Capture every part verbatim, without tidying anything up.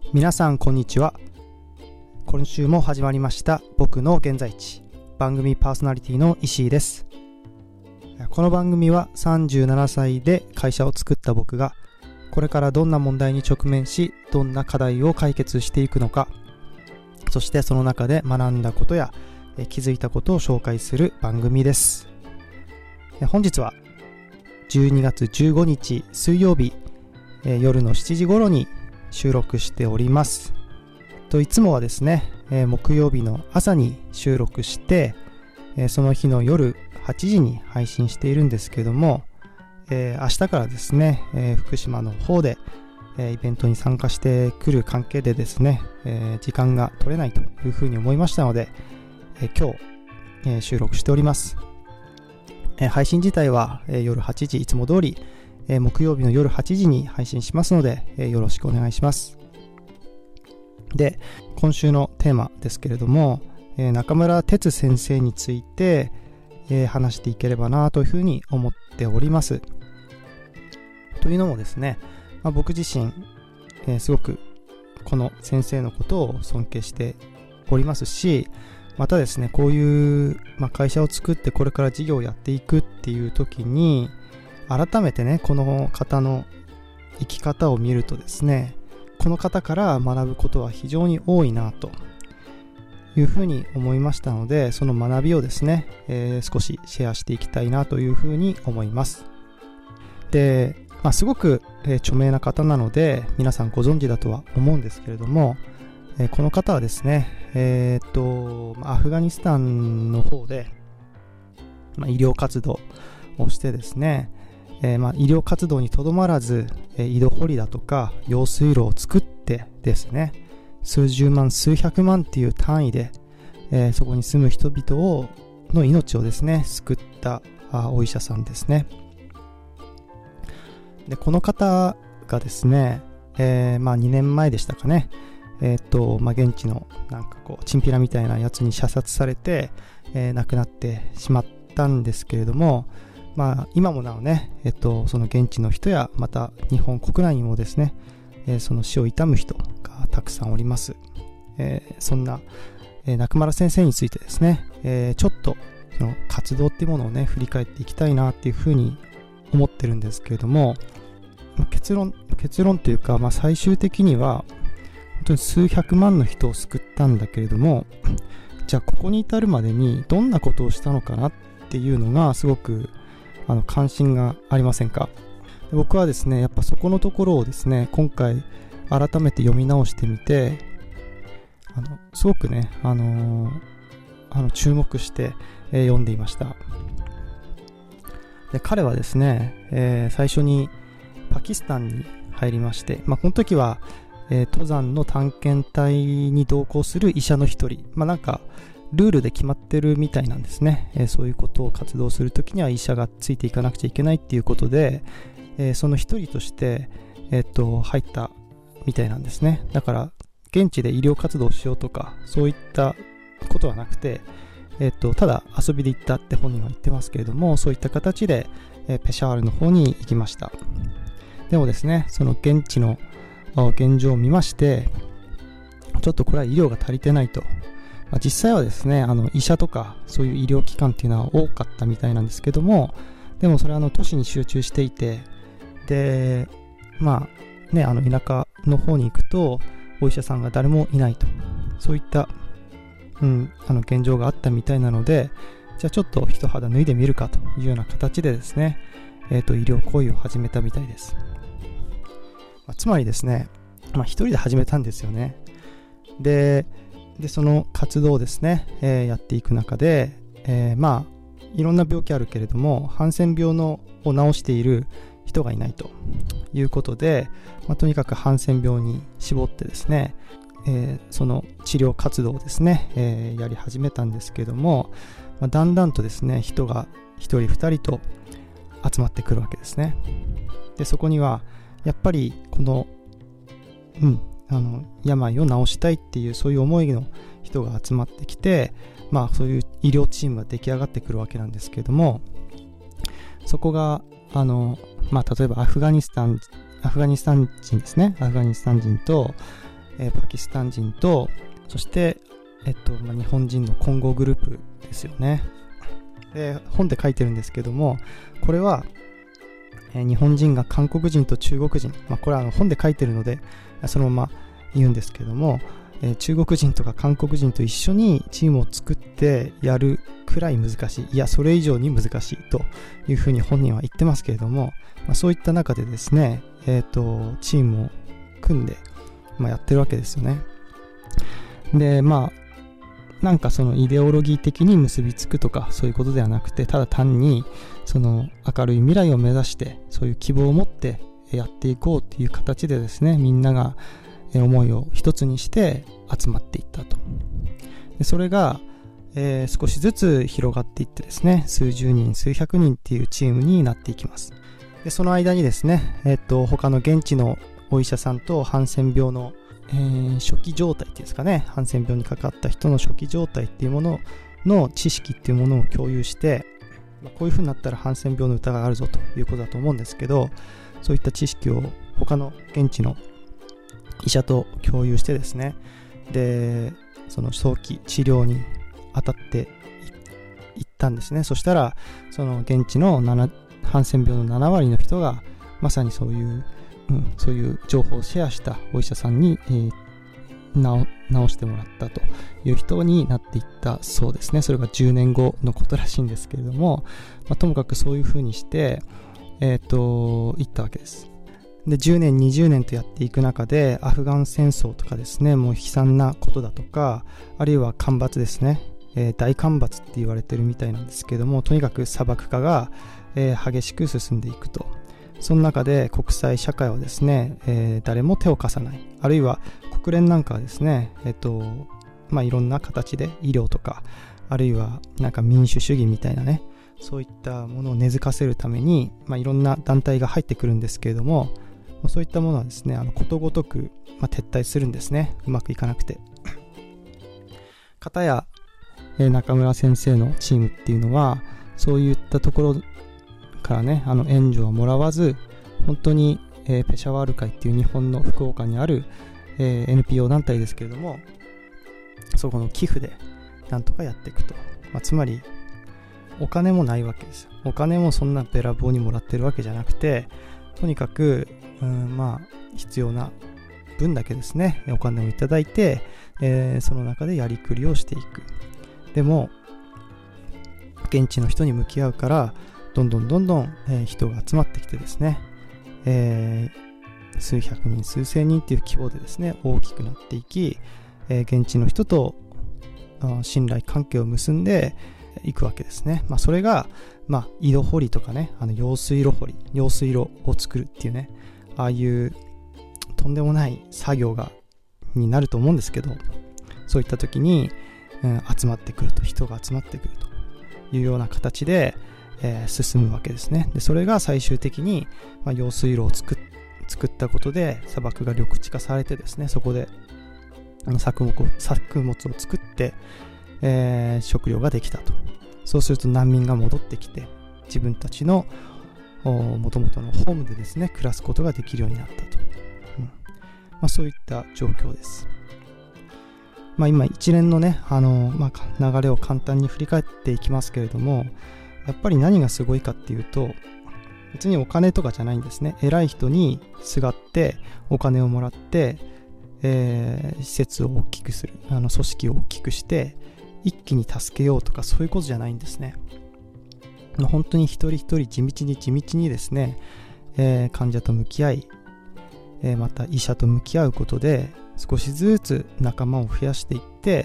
皆さんこんにちは。今週も始まりました僕の現在地、番組パーソナリティの石井です。この番組はさんじゅうななさいで会社を作った僕がこれからどんな問題に直面し、どんな課題を解決していくのか、そしてその中で学んだことや気づいたことを紹介する番組です。本日はじゅうにがつじゅうごにち水曜日、夜のしちじ頃に収録しております。といつもはですね、木曜日の朝に収録して、その日の夜はちじに配信しているんですけども、えー、明日からですね、えー、福島の方で、えー、イベントに参加してくる関係でですね、えー、時間が取れないというふうに思いましたので、えー、今日、えー、収録しております。えー、配信自体は、えー、夜はちじ、いつも通り、えー、木曜日の夜はちじに配信しますので、えー、よろしくお願いします。で、今週のテーマですけれども、えー、中村哲先生について、えー、話していければなというふうに思っております。というのもですね、まあ、僕自身、えー、すごくこの先生のことを尊敬しておりますし、またですね、こういう、まあ、会社を作ってこれから事業をやっていくっていう時に改めてね、この方の生き方を見るとですね、この方から学ぶことは非常に多いなというふうに思いましたので、その学びをですね、えー、少しシェアしていきたいなというふうに思います。で、まあ、すごく、えー、著名な方なので皆さんご存知だとは思うんですけれども、えー、この方はですね、えー、っとアフガニスタンの方で、まあ、医療活動をしてですね、えーまあ、医療活動にとどまらず、えー、井戸掘りだとか用水路を作ってですね、数十万数百万っていう単位で、えー、そこに住む人々をの命をですね救ったあお医者さんですね。で、この方がですね、えー、まあにねんまえでしたかね、えー、っとまあ現地のなんかこうチンピラみたいなやつに射殺されて、えー、亡くなってしまったんですけれども、まあ今もなおね、えっとその現地の人やまた日本国内にもですね、えー、その死を悼む人がたくさんおります。えー、そんな、えー、中村先生についてですね、えー、ちょっとその活動っていうものをね振り返っていきたいなっていうふうに思ってるんですけれども、結論結論というか、まあ、最終的には本当に数百万の人を救ったんだけれども、じゃあここに至るまでにどんなことをしたのかなっていうのがすごくあの関心がありませんか。で、僕はですね、やっぱそこのところをですね、今回改めて読み直してみて、あのすごくね、あのー、あの注目して、えー、読んでいました。で、彼はですね、えー、最初にパキスタンに入りまして、まあ、この時は、えー、登山の探検隊に同行する医者の一人、まあ、なんかルールで決まってるみたいなんですね。えー、そういうことを活動するときには医者がついていかなくちゃいけないっていうことで、えー、その一人として、えー、っと入ったみたいなんですね。だから現地で医療活動をしようとかそういったことはなくて、えー、っとただ遊びで行ったって本人は言ってますけれども、そういった形で、えー、ペシャワールの方に行きました。でもですね、その現地の現状を見まして、ちょっとこれは医療が足りてないと。まあ、実際はですね、あの医者とかそういう医療機関っていうのは多かったみたいなんですけども、でもそれはあの都市に集中していて、で、まあね、あの田舎の方に行くとお医者さんが誰もいないと、そういった、うん、あの現状があったみたいなので、じゃあちょっと一肌脱いでみるかというような形でですね、えーと、医療行為を始めたみたいです。まあ、つまりですね、まあ、一人で始めたんですよね。で、でその活動をですね、えー、やっていく中で、えー、まあいろんな病気あるけれどもハンセン病のを治している人がいないということで、まあ、とにかくハンセン病に絞ってですね、えー、その治療活動をですね、えー、やり始めたんですけども、まあ、だんだんとですね人が一人二人と集まってくるわけですね。でそこにはやっぱりこのうんあの病を治したいっていうそういう思いの人が集まってきて、まあそういう医療チームが出来上がってくるわけなんですけれども、そこがあのまあ例えばアフガニスタンアフガニスタン人ですねアフガニスタン人と、 えー、パキスタン人と、そして、えっとまあ、日本人の混合グループですよね。で、本で書いてるんですけども、これは、えー、日本人が韓国人と中国人、まあ、これはあの本で書いてるのでそのまま言うんですけども、えー、中国人とか韓国人と一緒にチームを作ってやるくらい難しい、いやそれ以上に難しいというふうに本人は言ってますけれども、まあ、そういった中でですね、えーと、チームを組んで、まあ、やってるわけですよね。で、まあなんかそのイデオロギー的に結びつくとかそういうことではなくて、ただ単にその明るい未来を目指してそういう希望を持ってやっていこうっていう形でですね、みんなが思いを一つにして集まっていったと。でそれが、えー、少しずつ広がっていってですね、数十人数百人っていうチームになっていきます。でその間にですね、えー、っと他の現地のお医者さんとハンセン病のえー、初期状態っていうんですかね、ハンセン病にかかった人の初期状態っていうものの知識っていうものを共有して、まあ、こういう風になったらハンセン病の疑いがあるぞということだと思うんですけど、そういった知識を他の現地の医者と共有してですね、でその早期治療に当たっていったんですね。そしたらその現地のハンセン病のななわりの人がまさにそういううん、そういう情報をシェアしたお医者さんに、えー、治してもらったという人になっていったそうですね。それがじゅうねんごのことらしいんですけれども、まあ、ともかくそういうふうにして、えーと、いったわけです。で、じゅうねん、にじゅうねんとやっていく中で、アフガン戦争とかですね、もう悲惨なことだとか、あるいは干ばつですね、えー、大干ばつって言われてるみたいなんですけども、とにかく砂漠化が、えー、激しく進んでいくと。その中で国際社会はですね、えー、誰も手を貸さない、あるいは国連なんかはですね、えっとまあいろんな形で医療とか、あるいはなんか民主主義みたいなね、そういったものを根付かせるために、まあ、いろんな団体が入ってくるんですけれども、そういったものはですね、あのことごとく、まあ、撤退するんですね。うまくいかなくて。かたや、えー、中村先生のチームっていうのは、そういったところからね、あの援助をもらわず、本当に、えー、ペシャワール会っていう日本の福岡にある、えー、エヌピーオー 団体ですけれども、そこの寄付でなんとかやっていくと。まあ、つまりお金もないわけですよ。お金もそんなべらぼうにもらってるわけじゃなくて、とにかく、うん、まあ必要な分だけですね、お金をいただいて、えー、その中でやりくりをしていく。でも現地の人に向き合うからどんどんどんどん、えー、人が集まってきてですね、えー、数百人数千人っていう規模でですね大きくなっていき、えー、現地の人と信頼関係を結んでいくわけですね。まあ、それが、まあ、井戸掘りとかね、あの用水路掘り、用水路を作るっていうね、ああいうとんでもない作業がになると思うんですけど、そういった時に、うん、集まってくると、人が集まってくるというような形で、えー、進むわけですね。でそれが最終的に、まあ、用水路を作っ、作ったことで砂漠が緑地化されてですね、そこであの作物、作物を作って、えー、食料ができたと。そうすると難民が戻ってきて自分たちのもともとのホームでですね暮らすことができるようになったと、うんまあ、そういった状況です。まあ、今一連のねあの、まあ、流れを簡単に振り返っていきますけれども、やっぱり何がすごいかっていうと、別にお金とかじゃないんですね。偉い人にすがってお金をもらって、えー、施設を大きくする、あの組織を大きくして一気に助けようとかそういうことじゃないんですね。本当に一人一人地道に地道にですね、えー、患者と向き合い、えー、また医者と向き合うことで少しずつ仲間を増やしていって、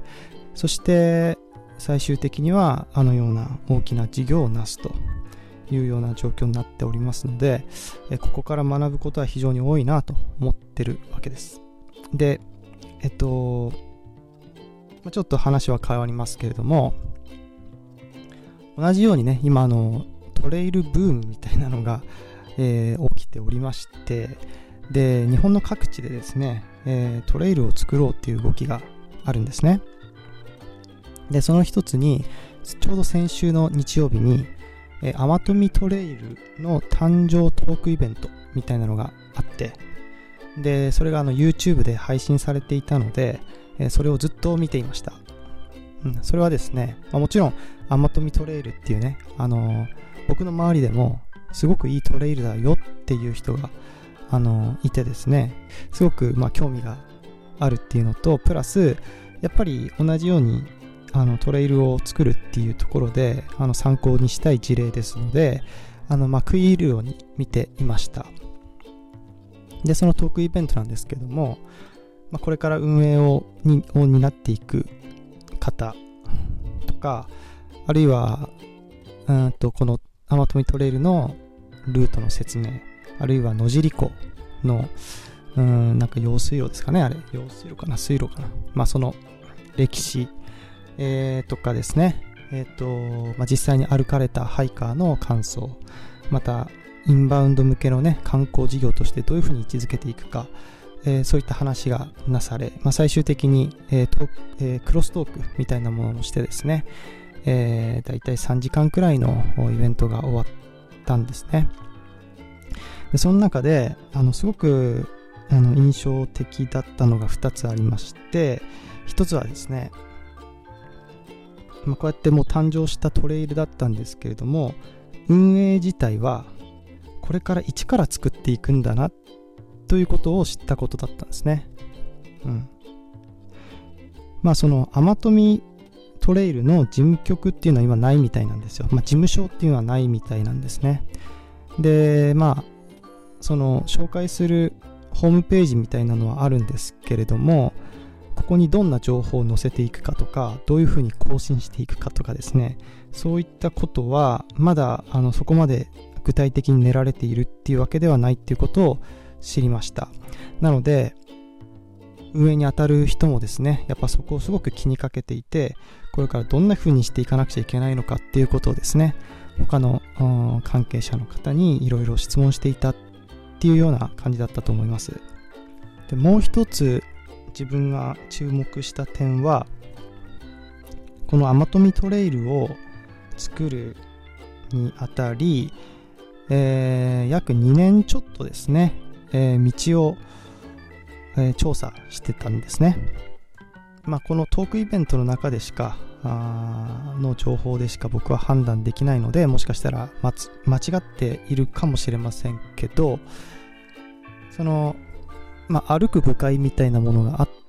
そして最終的にはあのような大きな事業をなすというような状況になっておりますので、えー、ここから学ぶことは非常に多いなと思ってるわけです。で、えっとちょっと話は変わりますけれども、同じようにね今のトレイルブームみたいなのが、えー、起きておりまして、で日本の各地でですね、えー、トレイルを作ろうっていう動きがあるんですね。でその一つにちょうど先週の日曜日に、えー、アマトミトレイルの誕生トークイベントみたいなのがあって、 で、それがあの YouTube で配信されていたので、えー、それをずっと見ていました。うん、それはですね、まあ、もちろんアマトミトレイルっていうね、あのー、僕の周りでもすごくいいトレイルだよっていう人が、あのー、いてですね、すごくまあ興味があるっていうのと、プラスやっぱり同じようにあのトレイルを作るっていうところであの参考にしたい事例ですので、あのまあ食い入るように見ていました。で、そのトークイベントなんですけども、まあ、これから運営をにを担っていく方とか、あるいはうんとこのアマトミトレイルのルートの説明、あるいは野尻湖のうーんなんか用水路ですかね、あれ用水路かな水路かな、まあその歴史、えー、とかですね、えっ、ー、と、まあ、実際に歩かれたハイカーの感想、またインバウンド向けのね観光事業としてどういうふうに位置づけていくか、えー、そういった話がなされ、まあ、最終的に、えーとえー、クロストークみたいなものをしてですね、えー、だいたいさんじかんくらいのイベントが終わったんですね。でその中であのすごくあの印象的だったのがふたつありまして、ひとつはですね、まあ、こうやってもう誕生したトレイルだったんですけれども、運営自体はこれから一から作っていくんだなということを知ったことだったんですね。うん。まあそのアマトミトレイルの事務局っていうのは今ないみたいなんですよ。まあ事務所っていうのはないみたいなんですね。で、まあその紹介するホームページみたいなのはあるんですけれども、ここにどんな情報を載せていくかとか、どういうふうに更新していくかとかですね、そういったことはまだあのそこまで具体的に練られているっていうわけではないっていうことを知りました。なので運営に当たる人もですね、やっぱそこをすごく気にかけていて、これからどんな風にしていかなくちゃいけないのかっていうことをですね、他の、うん、関係者の方にいろいろ質問していたっていうような感じだったと思います。で、もう一つ自分が注目した点は、このアマトミトレイルを作るにあたり、えー、約にねんちょっとですね、えー、道を、えー、調査してたんですね。まあ、このトークイベントの中でしかあの情報でしか僕は判断できないので、もしかしたら間違っているかもしれませんけど、その、まあ、歩く部会みたいなものがあって、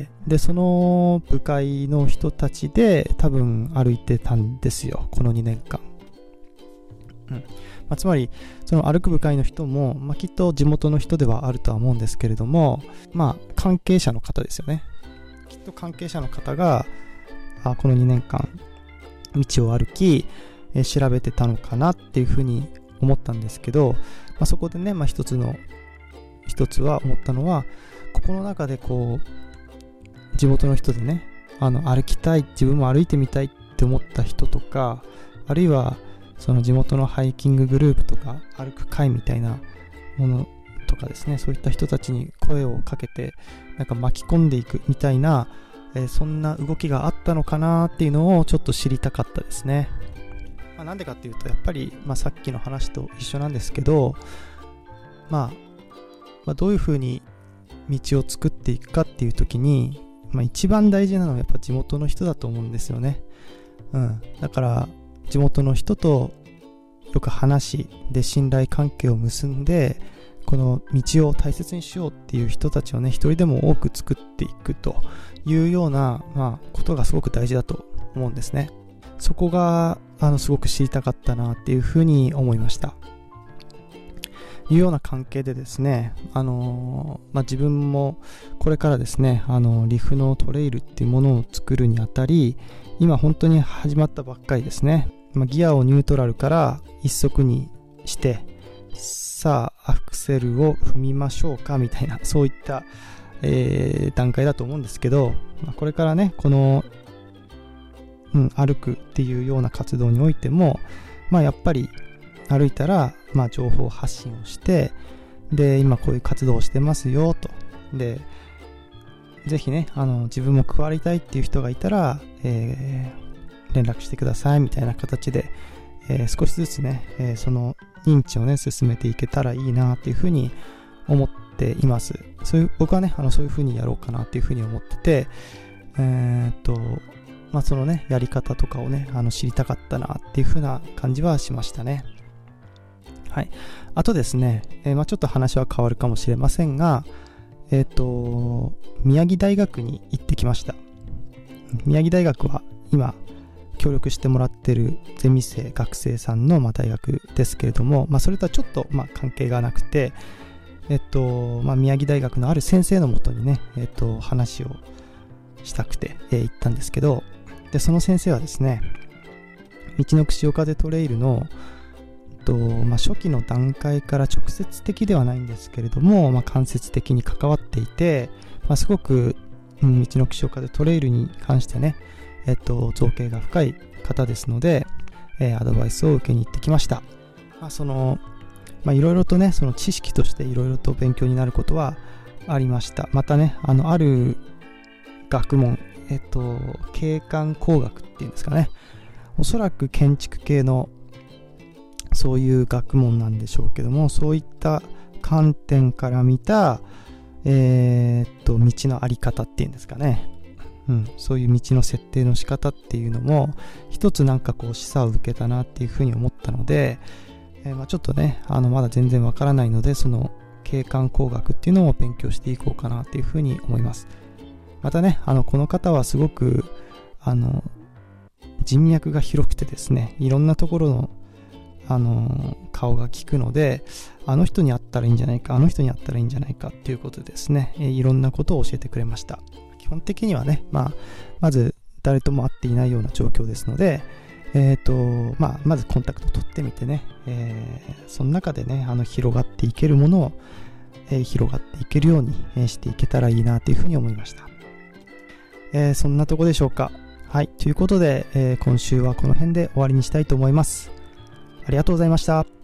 でその部会の人たちで多分歩いてたんですよ、このにねんかん。うん、まあ、つまりその歩く部会の人も、まあ、きっと地元の人ではあるとは思うんですけれども、まあ関係者の方ですよね。きっと関係者の方があこのにねんかん道を歩き、えー、調べてたのかなっていうふうに思ったんですけど、まあ、そこでね、まあ、一つの一つは思ったのは、ここの中でこう地元の人でね、あの歩きたい、自分も歩いてみたいって思った人とか、あるいはその地元のハイキンググループとか歩く会みたいなものとかですね、そういった人たちに声をかけてなんか巻き込んでいくみたいな、えー、そんな動きがあったのかなっていうのをちょっと知りたかったですね。まあ、なんでかっていうと、やっぱり、まあ、さっきの話と一緒なんですけど、まあ、まあどういうふうに道を作っていくかっていう時に、まあ、一番大事なのはやっぱ地元の人だと思うんですよね。うん、だから地元の人とよく話で信頼関係を結んで、この道を大切にしようっていう人たちをね、一人でも多く作っていくというような、まあ、ことがすごく大事だと思うんですね。そこがあのすごく知りたかったなっていうふうに思いました。いうような関係でですね、あのーまあ、自分もこれからですね、あのリフのトレイルっていうものを作るにあたり、今本当に始まったばっかりですね。まあ、ギアをニュートラルから一足にして、さあアクセルを踏みましょうかみたいな、そういった、えー、段階だと思うんですけど、まあ、これからね、この、うん、歩くっていうような活動においても、まあやっぱり歩いたら、まあ、情報発信をして、で今こういう活動をしてますよと、でぜひね、あの自分も加わりたいっていう人がいたら、えー、連絡してくださいみたいな形で、えー、少しずつね、えー、その認知をね進めていけたらいいなっていうふうに思っっています。そういう、僕はね、あの、そういう風にやろうかなっていう風に思ってて、えー、っと、まあ、そのね、やり方とかをね、あの、知りたかったなっていう風な感じはしましたね。はい。あとですね、えー、まあ、ちょっと話は変わるかもしれませんが、えー、っと、宮城大学に行ってきました。宮城大学は今、協力してもらっているゼミ生学生さんのまあ大学ですけれども、まあ、それとはちょっとまあ関係がなくて、えっとまあ、宮城大学のある先生のもとにね、えっと、話をしたくて、えー、行ったんですけど、でその先生はですね、道の串岡でトレイルの、えっとまあ、初期の段階から直接的ではないんですけれども、まあ、間接的に関わっていて、まあ、すごく、うん、道の串岡でトレイルに関してね、えっと、造詣が深い方ですので、えー、アドバイスを受けに行ってきました。まあ、その、まあ、いろいろとね、その知識としていろいろと勉強になることはありました。またね、あの、ある学問、えっと、景観工学っていうんですかね。おそらく建築系のそういう学問なんでしょうけども、そういった観点から見た、えー、っと、道のあり方っていうんですかね。うん、そういう道の設定の仕方っていうのも一つなんかこう示唆を受けたなっていうふうに思ったので、えー、まあちょっとねあのまだ全然わからないので、その景観工学っていうのを勉強していこうかなっていうふうに思います。またね、あのこの方はすごくあの人脈が広くてですね、いろんなところのあの顔が利くので、あの人に会ったらいいんじゃないか、あの人に会ったらいいんじゃないかっていうことでですね、えー、いろんなことを教えてくれました。基本的にはね、まあ、まず誰とも会っていないような状況ですので、えーとまあ、まずコンタクト取ってみてね、えー、その中でね、あの広がっていけるものを、えー、広がっていけるように、えー、していけたらいいなというふうに思いました。えー、そんなとこでしょうか。はい、ということで、えー、今週はこの辺で終わりにしたいと思います。ありがとうございました。